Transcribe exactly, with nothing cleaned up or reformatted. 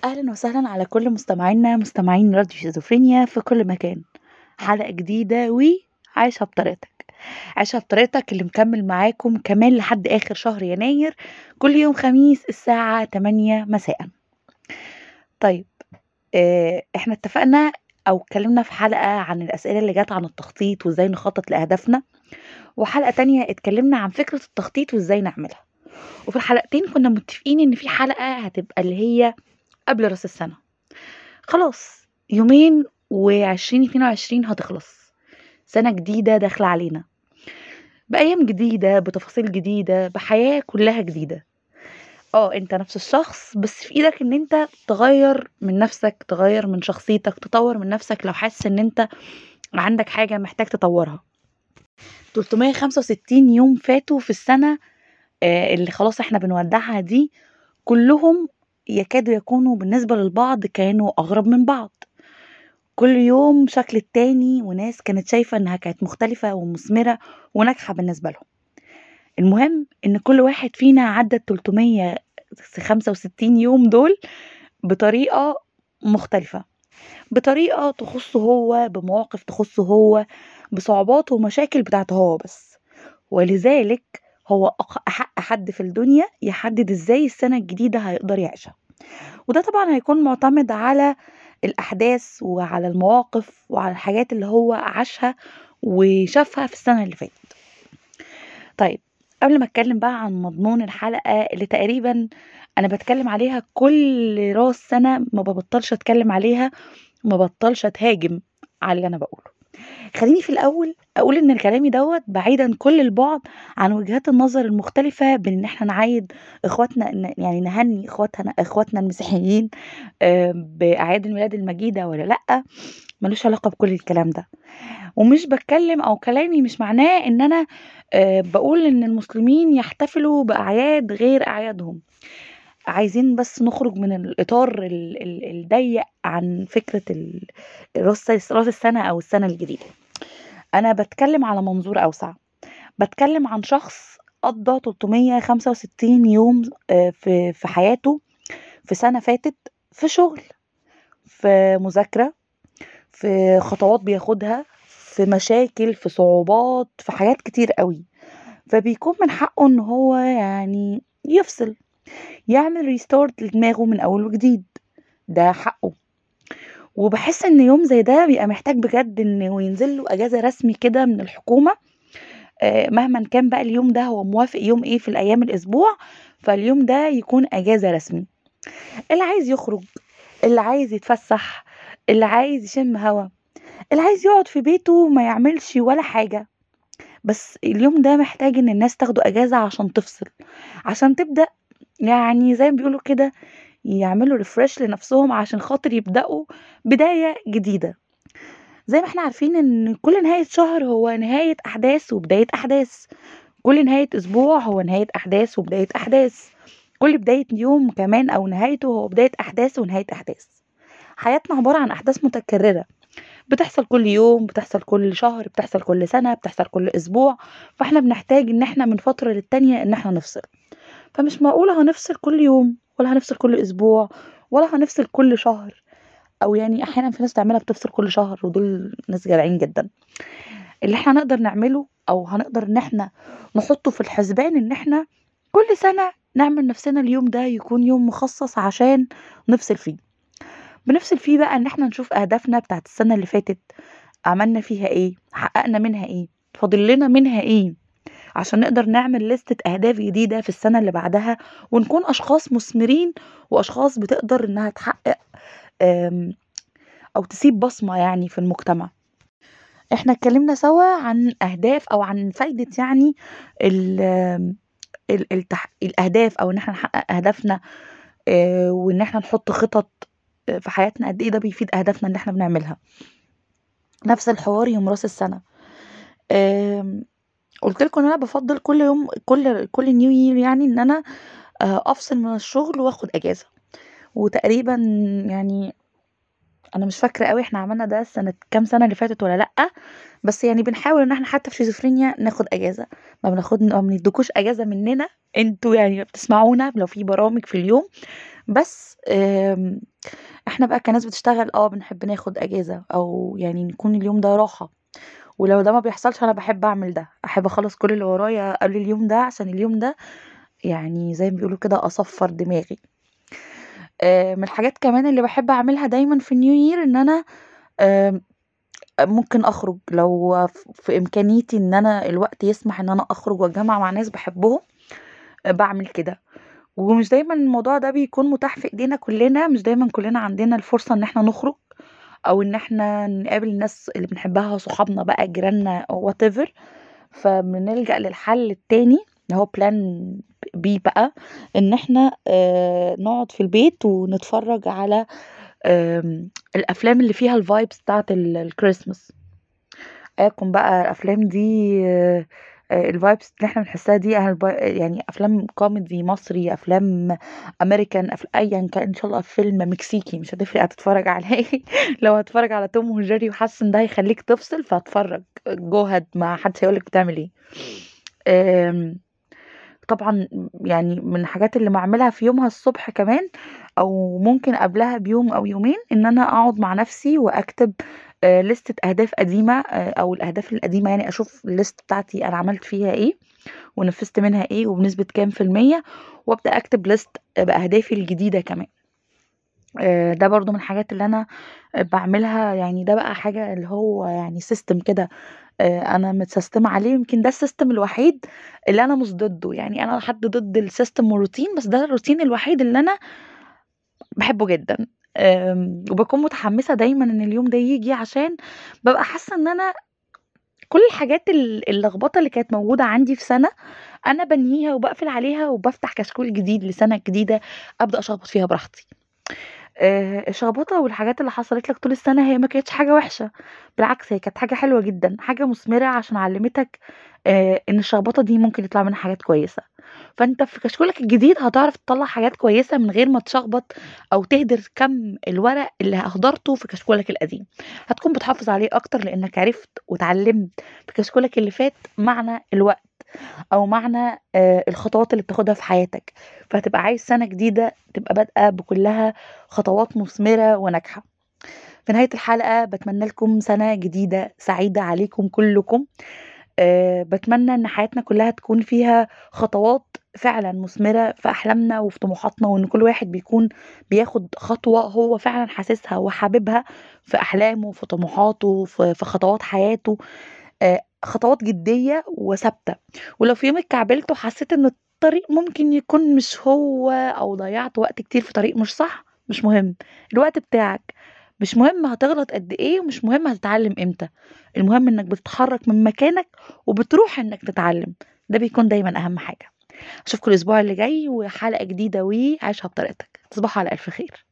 أهلا وسهلا على كل مستمعينا مستمعين راديو شيزوفرينيا في كل مكان. حلقة جديدة وعايشة بطريقتك. عايشة بطريقتك اللي مكمل معاكم كمان لحد آخر شهر يناير، كل يوم خميس الساعة تمانية مساء. طيب، آه، احنا اتفقنا أو اتكلمنا في حلقة عن الأسئلة اللي جات عن التخطيط وازاي نخطط لأهدافنا، وحلقة تانية اتكلمنا عن فكرة التخطيط وازاي نعملها. وفي الحلقتين كنا متفقين ان في حلقة هتبقى اللي هي قبل راس السنة. خلاص يومين وعشرين اتنين وعشرين هتخلص، سنة جديدة داخلة علينا بأيام جديدة بتفاصيل جديدة بحياة كلها جديدة. اه انت نفس الشخص، بس في ايدك ان انت تغير من نفسك، تغير من شخصيتك، تطور من نفسك لو حاسس ان انت عندك حاجة محتاج تطورها. تلتمية وخمسة وستين يوم فاتوا في السنة، آه، اللي خلاص احنا بنودعها دي، كلهم يكادوا يكونوا بالنسبة للبعض كانوا أغرب من بعض. كل يوم شكل التاني، وناس كانت شايفة انها كانت مختلفة ومثمرة وناجحة بالنسبة لهم. المهم ان كل واحد فينا عدى تلتمية وخمسة وستين يوم دول بطريقة مختلفة، بطريقة تخصه هو، بمواقف تخصه هو، بصعوبات ومشاكل بتاعته هو بس. ولذلك هو أق- أحق حد في الدنيا يحدد ازاي السنة الجديدة هيقدر يعيشها. وده طبعا هيكون معتمد على الأحداث وعلى المواقف وعلى الحاجات اللي هو عاشها وشافها في السنة اللي فاتت. طيب، قبل ما اتكلم بقى عن مضمون الحلقة اللي تقريبا انا بتكلم عليها كل راس سنة، ما ببطلش اتكلم عليها وما ببطلش اتهاجم على اللي انا بقوله. خليني في الأول أقول إن كلامي دوت بعيدا كل البعد عن وجهات النظر المختلفة بين إن إحنا نعايد إخواتنا، إن- يعني نهني إخواتنا إخواتنا المسيحيين آه، بأعياد الميلاد المجيدة ولا لأ. ملوش علاقة بكل الكلام ده، ومش بتكلم أو كلامي مش معناه إن أنا آه، بقول إن المسلمين يحتفلوا بأعياد غير أعيادهم. عايزين بس نخرج من الإطار ال- ال- الضيق عن فكرة ال- راس راس السنة أو السنة الجديدة. أنا باتكلم على منظور أوسع، باتكلم عن شخص قضى تلتمية وخمسة وستين يوم آه، في في حياته، في سنة فاتت، في شغل، في مذاكرة، في خطوات بياخدها، في مشاكل، في صعوبات، في حاجات كتير قوي. فبيكون من حقه ان هو يعني يفصل، يعمل ريستارت لدماغه من اول وجديد. ده حقه. وبحس ان يوم زي ده بيبقى محتاج بجد انه ينزل له اجازة رسمي كده من الحكومة. آه، مهما كان بقى اليوم ده هو موافق يوم ايه في الايام الاسبوع، فاليوم ده يكون اجازة رسمي. اللي عايز يخرج، اللي عايز يتفسح، اللي عايز يشم هوا، اللي عايز يقعد في بيته ما يعملش ولا حاجة، بس اليوم ده محتاج ان الناس تاخده اجازة عشان تفصل، عشان تبدأ، يعني زي ما بيقولوا كده يعملوا ريفرش لنفسهم عشان خاطر يبدأوا بداية جديدة. زي ما احنا عارفين ان كل نهاية شهر هو نهاية احداث وبداية احداث، كل نهاية أسبوع هو نهاية أحداث وبداية أحداث، كل بداية يوم كمان أو نهايته هو بداية أحداث ونهاية أحداث. حياتنا عبارة عن أحداث متكررة، بتحصل كل يوم، بتحصل كل شهر، بتحصل كل سنة، بتحصل كل أسبوع. فاحنا بنحتاج إن احنا من فترة للتانية إن احنا نفصل. فمش معقولة هنفصل كل يوم، ولا هنفصل كل أسبوع، ولا هنفصل كل شهر. أو يعني أحيانا في ناس تعملها بتفصل كل شهر، ودول ناس جدعين جدا. اللي احنا نقدر نعمله او هنقدر ان احنا نحطه في الحسبان ان احنا كل سنة نعمل نفسنا اليوم ده يكون يوم مخصص عشان نفصل فيه. بنفصل فيه بقى ان احنا نشوف اهدافنا بتاعت السنة اللي فاتت، عملنا فيها ايه، حققنا منها ايه، فاضل لنا منها ايه، عشان نقدر نعمل لستة اهداف جديدة في السنة اللي بعدها، ونكون اشخاص مثمرين واشخاص بتقدر انها تحقق آم، او تسيب بصمة يعني في المجتمع. احنا اتكلمنا سوا عن اهداف او عن فايدة يعني ال ال التح... الاهداف، او ان احنا نحقق اهدافنا، آه، وان احنا نحط خطط آه، في حياتنا، قد ايه ده بيفيد اهدافنا اللي احنا بنعملها. نفس الحوار يوم راس السنة. آم، قلت لكم ان انا بفضل كل يوم، كل كل نيو يير، يعني ان انا آه، افصل من الشغل واخد اجازة. وتقريبا يعني انا مش فاكرة قوي احنا عملنا ده سنة كام، سنة اللي فاتت ولا لأ. بس يعني بنحاول ان احنا حتى في شيزوفرينيا ناخد اجازة. ما بناخد ما بندكوش اجازة مننا انتوا، يعني بتسمعونا لو في برامج في اليوم بس آمم، إحنا بقى كناس بتشتغل آه، بنحب ناخد أجازة أو يعني يكون اليوم ده راحة، ولو ده ما بيحصلش أنا باحب أعمل ده، أحب أخلّص كل اللي ورايا قبل اليوم ده عشان اليوم ده يعني زي ما بيقولوا كده أصفّر دماغي. آآ، من الحاجات كمان اللي باحب أعملها دايمًا في الNew Year إن أنا آمم، ممكن أخرج لو ف في إمكانيتي إن أنا الوقت يسمح إن أنا أخرج وأتجمّع مع ناس باحبهم، باعمل كده. ومش دايمًا الموضوع ده بيكون متاح في إيدينا كلّنا، مش دايمًا كلّنا عندنا الفرصة إن إحنا نخرج، أو إن إحنا نقابل الناس اللي بنحبها صحابنا بقى جيراننا أو whatever، فبنلجأ للحل التاني اللي هو plan B بقى، إن إحنا آآ نقعد في البيت ونتفرج على آمم الأفلام اللي فيها الvibes بتاعة ال الChristmas. أياكم بقى الأفلام دي آآ الvibes اللي إحنا بنحسّها دي أنا الب يعني أفلام كوميدي مصري، أفلام أمريكان، أف أيًا كان إن شاء الله فيلم مكسيكي مش هتفرق هتتفرّج على إيه، لو هتتفرّج على توم وجيري وحاسس إن ده هيخلّيك تفصل فاتفرّج go ahead ما حدش هيقول لك بتعمل إيه. آمم طبعًا يعني من الحاجات اللي باعملها في يومها الصبح كمان أو ممكن قبلها بيوم أو يومين، إن أنا أقعد مع نفسي وأكتب آآ لِستة أهداف قديمة آآ أو الأهداف القديمة يعني أشوف الlist بتاعتي أنا عملت فيها إيه، ونفّذت منها إيه وبنسبة كام في المِيّة، وأبدأ أكتب list بأهدافي الجديدة كمان. آآ ده برضه من الحاجات اللي أنا باعملها يعني ده بقى حاجة اللي هو يعني system كده آآ أنا متسستمة عليه، يمكن ده الsystem الوحيد اللي أنا مش ضده، يعني أنا حد ضد الsystem والroutine بس ده الroutine الوحيد اللي أنا باحبه جدًا. آمم وباكون متحمسة دايمًا إن اليوم ده ييجي عشان بابقى حاسة إن أنا كل الحاجات ال اللخبطة اللي كانت موجودة عندي في سَنة، أنا بانهيها وباقفل عليها وبافتح كشكول جديد لسَنة جديدة أبدأ أشخبط فيها براحتي. آآ الشخبطة والحاجات اللي حصلت لك طول السَنة هي ما كانتش حاجة وحشة، بالعكس هي كانت حاجة حلوة جدًا، حاجة مثمرة عشان علّمتك آآ إن الشخبطة دي ممكن يطلع منها حاجات كويسة، فأنت في كشكولك الجديد هتعرف تطلّع حاجات كويسة من غير ما تشخبط أو تهدر كَم الورق اللي أهدرته في كشكولك القديم، هتكون بتحافظ عليه أكتر لإنك عرفت واتعلمت في كشكولك اللي فات معنى الوقت، أو معنى آآ الخطوات اللي بتاخدها في حياتك، فهتبقى عايز سَنة جديدة تبقى بادئة بكلّها خطوات مثمرة وناجحة. في نهاية الحلقة باتمنى لكم سَنة جديدة سعيدة عليكم كلّكم، آآ باتمنى إن حياتنا كلّها تكون فيها خطوات فعلًا مثمرة في أحلامنا وفي طموحاتنا، وإن كل واحد بيكون بياخد خطوة هو فعلًا حاسسها وحاببها في أحلامه، في طموحاته، في في خطوات حياته، آآ خطوات جدية وثابتة، ولو في يوم اتكعبلت وحسيت إن الطريق ممكن يكون مش هو أو ضيّعت وقت كتير في طريق مش صح، مش مهم، الوقت بتاعك، مش مهم هتغلط قد إيه ومش مهم هتتعلم إمتى، المهم إنك بتتحرك من مكانك وبتروح إنك تتعلم، ده بيكون دايمًا أهم حاجة. أشوفكم الأسبوع اللي جاي وحلقة جديدة وعيشها بطريقتك، تصبحوا على ألف خير.